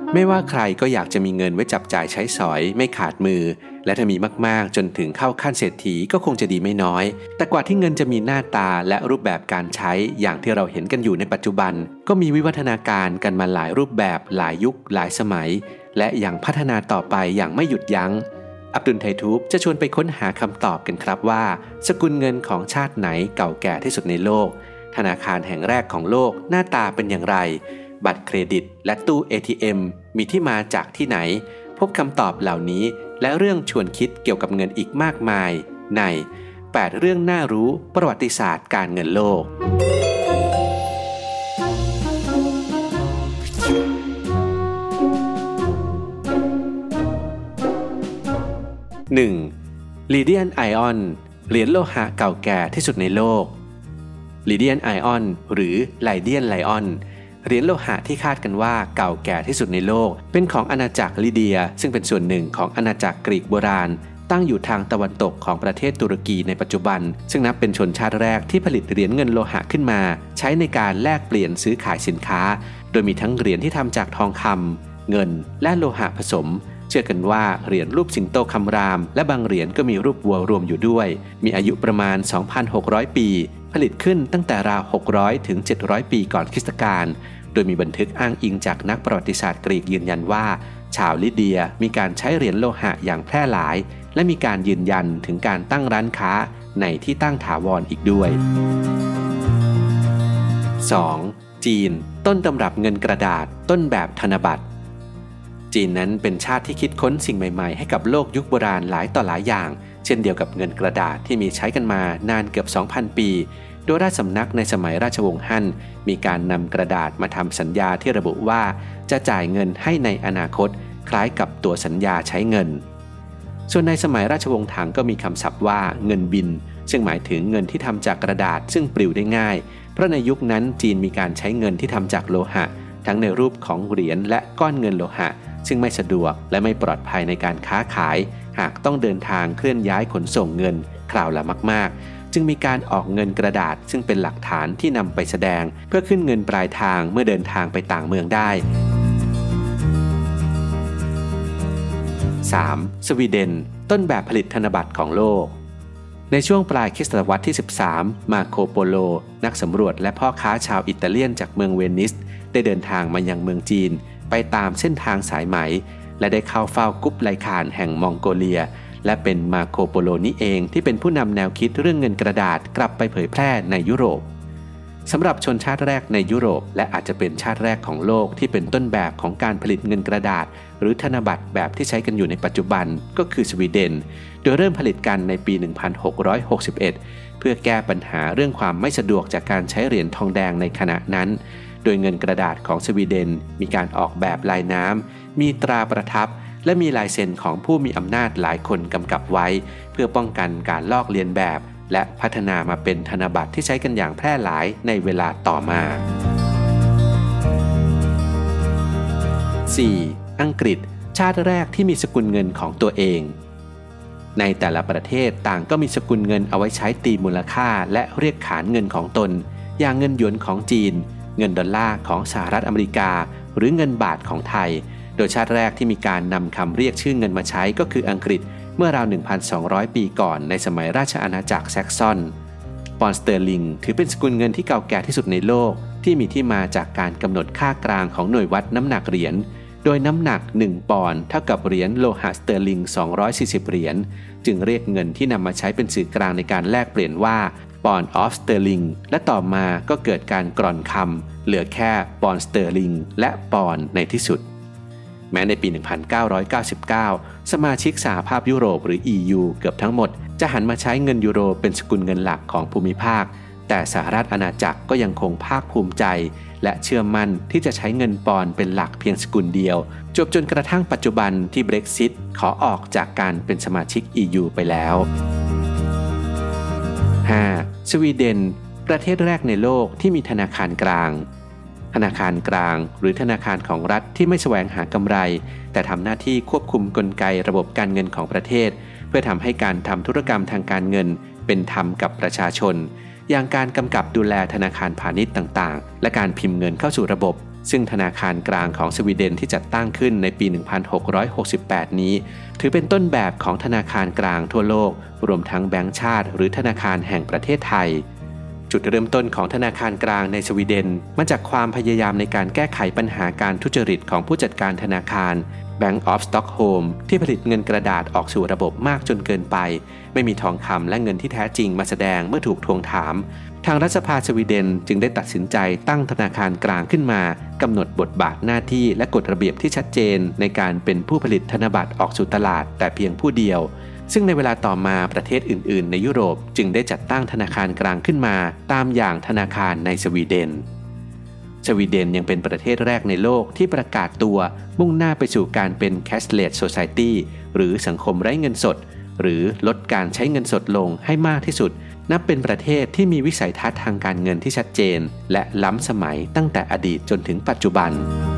ไม่ว่าใครก็อยากจะมีเงินไว้จับจ่ายใช้สอยไม่ขาดมือและถ้ามีมากๆจนถึงเข้าขั้นเศรษฐีก็คงจะดีไม่น้อยแต่กว่าที่เงินจะมีหน้าตาและรูปแบบการใช้อย่างที่เราเห็นกันอยู่ในปัจจุบันก็มีวิวัฒนาการกันมาหลายรูปแบบหลายยุคหลายสมัยและยังพัฒนาต่อไปอย่างไม่หยุดยั้งอับดุลไททูบจะชวนไปค้นหาคำตอบกันครับว่าสกุลเงินของชาติไหนเก่าแก่ที่สุดในโลกธนาคารแห่งแรกของโลกหน้าตาเป็นอย่างไรบัตรเครดิตและตู้ ATM มีที่มาจากที่ไหนพบคำตอบเหล่านี้และเรื่องชวนคิดเกี่ยวกับเงินอีกมากมายใน8เรื่องน่ารู้ประวัติศาสตร์การเงินโลก 1. ลีเดียนไอออนเหรียญโลหะเก่าแก่ที่สุดในโลกลีเดียนไอออนหรือไลเดียนไลออนเหรียญโลหะที่คาดกันว่าเก่าแก่ที่สุดในโลกเป็นของอาณาจักรลิเดียซึ่งเป็นส่วนหนึ่งของอาณาจักรกรีกโบราณตั้งอยู่ทางตะวันตกของประเทศตุรกีในปัจจุบันซึ่งนับเป็นชนชาติแรกที่ผลิตเหรียญเงินโลหะขึ้นมาใช้ในการแลกเปลี่ยนซื้อขายสินค้าโดยมีทั้งเหรียญที่ทำจากทองคำเงินและโลหะผสมเชื่อกันว่าเหรียญรูปสิงโตคำรามและบางเหรียญก็มีรูปวัวรวมอยู่ด้วยมีอายุประมาณ 2,600 ปีผลิตขึ้นตั้งแต่ราว600ถึง700ปีก่อนคริสตกาลโดยมีบันทึกอ้างอิงจากนักประวัติศาสตร์กรีกยืนยันว่าชาวลิเดียมีการใช้เหรียญโลหะอย่างแพร่หลายและมีการยืนยันถึงการตั้งร้านค้าในที่ตั้งถาวรอีกด้วย 2. จีนต้นตำรับเงินกระดาษต้นแบบธนบัตรจีนนั้นเป็นชาติที่คิดค้นสิ่งใหม่ๆให้กับโลกยุคโบราณหลายต่อหลายอย่างเช่นเดียวกับเงินกระดาษที่มีใช้กันมานานเกือบ 2,000 ปีโดยราชสำนักในสมัยราชวงศ์ฮั่นมีการนำกระดาษมาทำสัญญาที่ระบุว่าจะจ่ายเงินให้ในอนาคตคล้ายกับตัวสัญญาใช้เงินส่วนในสมัยราชวงศ์ถังก็มีคำศัพท์ว่าเงินบินซึ่งหมายถึงเงินที่ทำจากกระดาษซึ่งปลิวได้ง่ายเพราะในยุคนั้นจีนมีการใช้เงินที่ทำจากโลหะทั้งในรูปของเหรียญและก้อนเงินโลหะซึ่งไม่สะดวกและไม่ปลอดภัยในการค้าขายหากต้องเดินทางเคลื่อนย้ายขนส่งเงินคราวละมากๆจึงมีการออกเงินกระดาษซึ่งเป็นหลักฐานที่นำไปแสดงเพื่อขึ้นเงินปลายทางเมื่อเดินทางไปต่างเมืองได้ 3. สวีเดนต้นแบบผลิตธนบัตรของโลกในช่วงปลายคริสตศตวรรษที่ 13 มาโคโปโลนักสำรวจและพ่อค้าชาวอิตาเลียนจากเมืองเวนิสได้เดินทางมายังเมืองจีนไปตามเส้นทางสายไหมและได้เข้าเฝ้ากุ๊ปไลคานแห่งมองโกเลียและเป็นมาโคโปโลนี้เองที่เป็นผู้นำแนวคิดเรื่องเงินกระดาษกลับไปเผยแพร่ในยุโรปสำหรับชนชาติแรกในยุโรปและอาจจะเป็นชาติแรกของโลกที่เป็นต้นแบบของการผลิตเงินกระดาษหรือธนบัตรแบบที่ใช้กันอยู่ในปัจจุบันก็คือสวีเดนโดยเริ่มผลิตกันในปี 1661 เพื่อแก้ปัญหาเรื่องความไม่สะดวกจากการใช้เหรียญทองแดงในขณะนั้นโดยเงินกระดาษของสวีเดนมีการออกแบบลายน้ำมีตราประทับและมีลายเซ็นของผู้มีอำนาจหลายคนกำกับไว้เพื่อป้องกันการลอกเลียนแบบและพัฒนามาเป็นธนบัตรที่ใช้กันอย่างแพร่หลายในเวลาต่อมา 4. อังกฤษชาติแรกที่มีสกุลเงินของตัวเองในแต่ละประเทศต่างก็มีสกุลเงินเอาไว้ใช้ตีมูลค่าและเรียกขานเงินของตนอย่างเงินหยวนของจีนเงินดอลลาร์ของสหรัฐอเมริกาหรือเงินบาทของไทยโดยชาติแรกที่มีการนำคำเรียกชื่อเงินมาใช้ก็คืออังกฤษเมื่อราว 1,200 ปีก่อนในสมัยราชอาณาจักรแซกซอนปอนด์สเตอร์ลิงถือเป็นสกุลเงินที่เก่าแก่ที่สุดในโลกที่มีที่มาจากการกำหนดค่ากลางของหน่วยวัดน้ำหนักเหรียญโดยน้ำหนัก1ปอนด์เท่ากับเหรียญโลหะสเตอร์ลิง240เหรียญจึงเรียกเงินที่นำมาใช้เป็นสื่อกลางในการแลกเปลี่ยนว่าปอนด์ออฟสเตอร์ลิงและต่อมาก็เกิดการกร่อนคำเหลือแค่ปอนด์สเตอร์ลิงและปอนด์ในที่สุดแม้ในปี 1999 สมาชิกสหภาพยุโรปหรือ EU เกือบทั้งหมดจะหันมาใช้เงินยูโรเป็นสกุลเงินหลักของภูมิภาคแต่สหรัฐอาณาจักรก็ยังคงภาคภูมิใจและเชื่อมั่นที่จะใช้เงินปอนด์เป็นหลักเพียงสกุลเดียวจนกระทั่งปัจจุบันที่ Brexit ขอออกจากการเป็นสมาชิก EU ไปแล้ว 5. สวีเดนประเทศแรกในโลกที่มีธนาคารกลางธนาคารกลางหรือธนาคารของรัฐที่ไม่แสวงหากำไรแต่ทำหน้าที่ควบคุมกลไกระบบการเงินของประเทศเพื่อทำให้การทำธุรกรรมทางการเงินเป็นธรรมกับประชาชนอย่างการกำกับดูแลธนาคารพาณิชย์ต่างๆและการพิมพ์เงินเข้าสู่ระบบซึ่งธนาคารกลางของสวีเดนที่จัดตั้งขึ้นในปี 1668 นี้ถือเป็นต้นแบบของธนาคารกลางทั่วโลกรวมทั้งแบงก์ชาติหรือธนาคารแห่งประเทศไทยจุดเริ่มต้นของธนาคารกลางในสวีเดนมาจากความพยายามในการแก้ไขปัญหาการทุจริตของผู้จัดการธนาคาร Bank of Stockholm ที่ผลิตเงินกระดาษออกสู่ระบบมากจนเกินไปไม่มีทองคำและเงินที่แท้จริงมาแสดงเมื่อถูกทวงถามทางรัฐสภาสวีเดนจึงได้ตัดสินใจตั้งธนาคารกลางขึ้นมากำหนดบทบาทหน้าที่และกฎระเบียบที่ชัดเจนในการเป็นผู้ผลิตธนบัตรออกสู่ตลาดแต่เพียงผู้เดียวซึ่งในเวลาต่อมาประเทศอื่นๆในยุโรปจึงได้จัดตั้งธนาคารกลางขึ้นมาตามอย่างธนาคารในสวีเดนสวีเดนยังเป็นประเทศแรกในโลกที่ประกาศตัวมุ่งหน้าไปสู่การเป็น cashless society หรือสังคมไร้เงินสดหรือลดการใช้เงินสดลงให้มากที่สุดนับเป็นประเทศที่มีวิสัยทัศน์ทางการเงินที่ชัดเจนและล้ำสมัยตั้งแต่อดีตจนถึงปัจจุบัน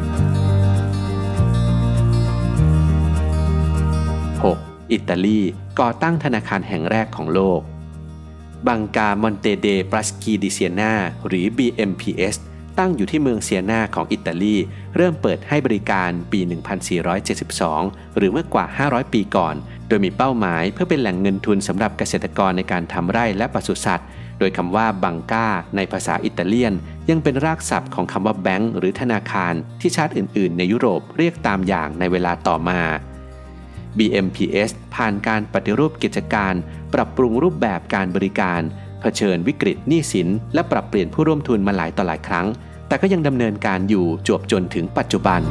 6. อิตาลีก่อตั้งธนาคารแห่งแรกของโลกบังกามอนเตเดปรัสกีดิเซียนาหรือ BMPS ตั้งอยู่ที่เมืองเซียนาของอิตาลีเริ่มเปิดให้บริการปี 1472 หรือเมื่อกว่า 500 ปีก่อนโดยมีเป้าหมายเพื่อเป็นแหล่งเงินทุนสำหรับเกษตรกรในการทำไร่และปศุสัตว์โดยคำว่าบังกาในภาษาอิตาเลียนยังเป็นรากศัพท์ของคำว่าแบงก์หรือธนาคารที่ชาติอื่นๆในยุโรปเรียกตามอย่างในเวลาต่อมา BMPS ผ่านการปฏิรูปกิจการปรับปรุงรูปแบบการบริการเผชิญวิกฤตหนี้สินและปรับเปลี่ยนผู้ร่วมทุนมาหลายต่อหลายครั้งแต่ก็ยังดำเนินการอยู่จวบจนถึงปัจจุบัน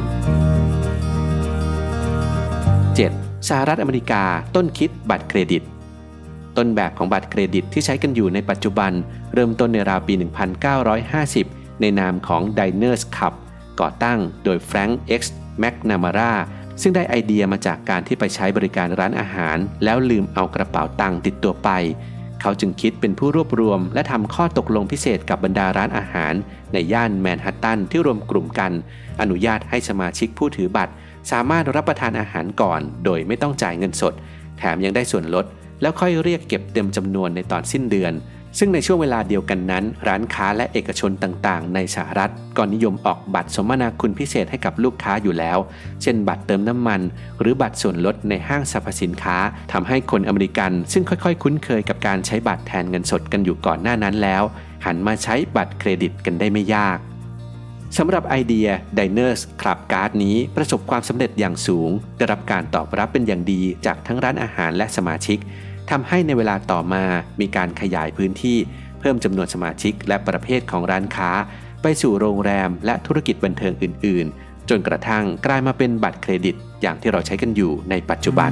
7. สหรัฐอเมริกาต้นคิดบัตรเครดิตต้นแบบของบัตรเครดิตที่ใช้กันอยู่ในปัจจุบันเริ่มต้นในราวปี 1950 ในนามของ Diners Club ก่อตั้งโดย Frank X. McNamara ซึ่งได้ไอเดียมาจากการที่ไปใช้บริการร้านอาหารแล้วลืมเอากระเป๋าตังค์ติดตัวไปเขาจึงคิดเป็นผู้รวบรวมและทำข้อตกลงพิเศษกับบรรดาร้านอาหารในย่านแมนฮัตตันที่รวมกลุ่มกันอนุญาตให้สมาชิกผู้ถือบัตรสามารถรับประทานอาหารก่อนโดยไม่ต้องจ่ายเงินสดแถมยังได้ส่วนลดแล้วค่อยเรียกเก็บเต็มจำนวนในตอนสิ้นเดือนซึ่งในช่วงเวลาเดียวกันนั้นร้านค้าและเอกชนต่างๆในสหรัฐก็นิยมออกบัตรสมนาคุณพิเศษให้กับลูกค้าอยู่แล้วเช่นบัตรเติมน้ำมันหรือบัตรส่วนลดในห้างสรรพสินค้าทำให้คนอเมริกันซึ่งค่อยๆคุ้นเคยกับการใช้บัตรแทนเงินสดกันอยู่ก่อนหน้านั้นแล้วหันมาใช้บัตรเครดิตกันได้ไม่ยากสำหรับไอเดีย Diners Club Card นี้ประสบความสำเร็จอย่างสูงได้รับการตอบรับเป็นอย่างดีจากทั้งร้านอาหารและสมาชิกทำให้ในเวลาต่อมามีการขยายพื้นที่เพิ่มจำนวนสมาชิกและประเภทของร้านค้าไปสู่โรงแรมและธุรกิจบันเทิงอื่นๆจนกระทั่งกลายมาเป็นบัตรเครดิตอย่างที่เราใช้กันอยู่ในปัจจุบัน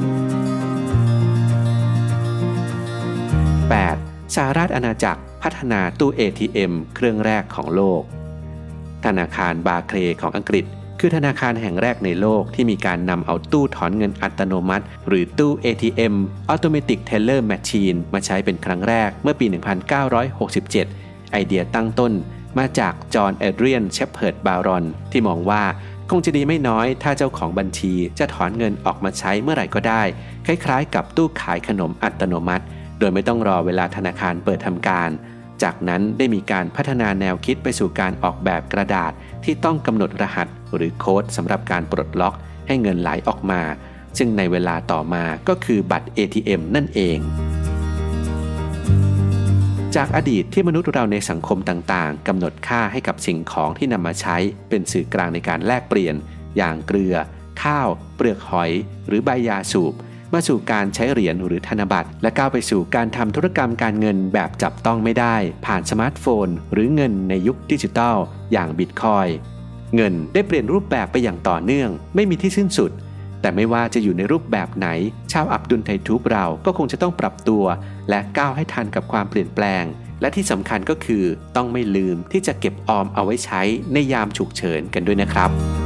8. สหรัฐอาณาจักรพัฒนาตู้ ATM เครื่องแรกของโลกธนาคารบาร์เคลย์ของอังกฤษคือธนาคารแห่งแรกในโลกที่มีการนำเอาตู้ถอนเงินอัตโนมัติหรือตู้ ATM Automatic Teller Machine มาใช้เป็นครั้งแรกเมื่อปี 1967 ไอเดียตั้งต้นมาจากจอห์น เอเดรียน เชพเพิร์ด บารอนที่มองว่าคงจะดีไม่น้อยถ้าเจ้าของบัญชีจะถอนเงินออกมาใช้เมื่อไหร่ก็ได้คล้ายๆกับตู้ขายขนมอัตโนมัติโดยไม่ต้องรอเวลาธนาคารเปิดทำการจากนั้นได้มีการพัฒนาแนวคิดไปสู่การออกแบบกระดาษที่ต้องกำหนดรหัสหรือโค้ดสำหรับการปลดล็อกให้เงินไหลออกมาซึ่งในเวลาต่อมาก็คือบัตร ATM นั่นเองจากอดีตที่มนุษย์เราในสังคมต่างๆกำหนดค่าให้กับสิ่งของที่นำมาใช้เป็นสื่อกลางในการแลกเปลี่ยนอย่างเกลือข้าวเปลือกหอยหรือใบยาสูบมาสู่การใช้เหรียญหรือธนบัตรและก้าวไปสู่การทำธุรกรรมการเงินแบบจับต้องไม่ได้ผ่านสมาร์ทโฟนหรือเงินในยุคดิจิทัลอย่างบิตคอยน์เงินได้เปลี่ยนรูปแบบไปอย่างต่อเนื่องไม่มีที่สิ้นสุดแต่ไม่ว่าจะอยู่ในรูปแบบไหนชาวอับดุลไททูบเราก็คงจะต้องปรับตัวและก้าวให้ทันกับความเปลี่ยนแปลงและที่สำคัญก็คือต้องไม่ลืมที่จะเก็บออมเอาไว้ใช้ในยามฉุกเฉินกันด้วยนะครับ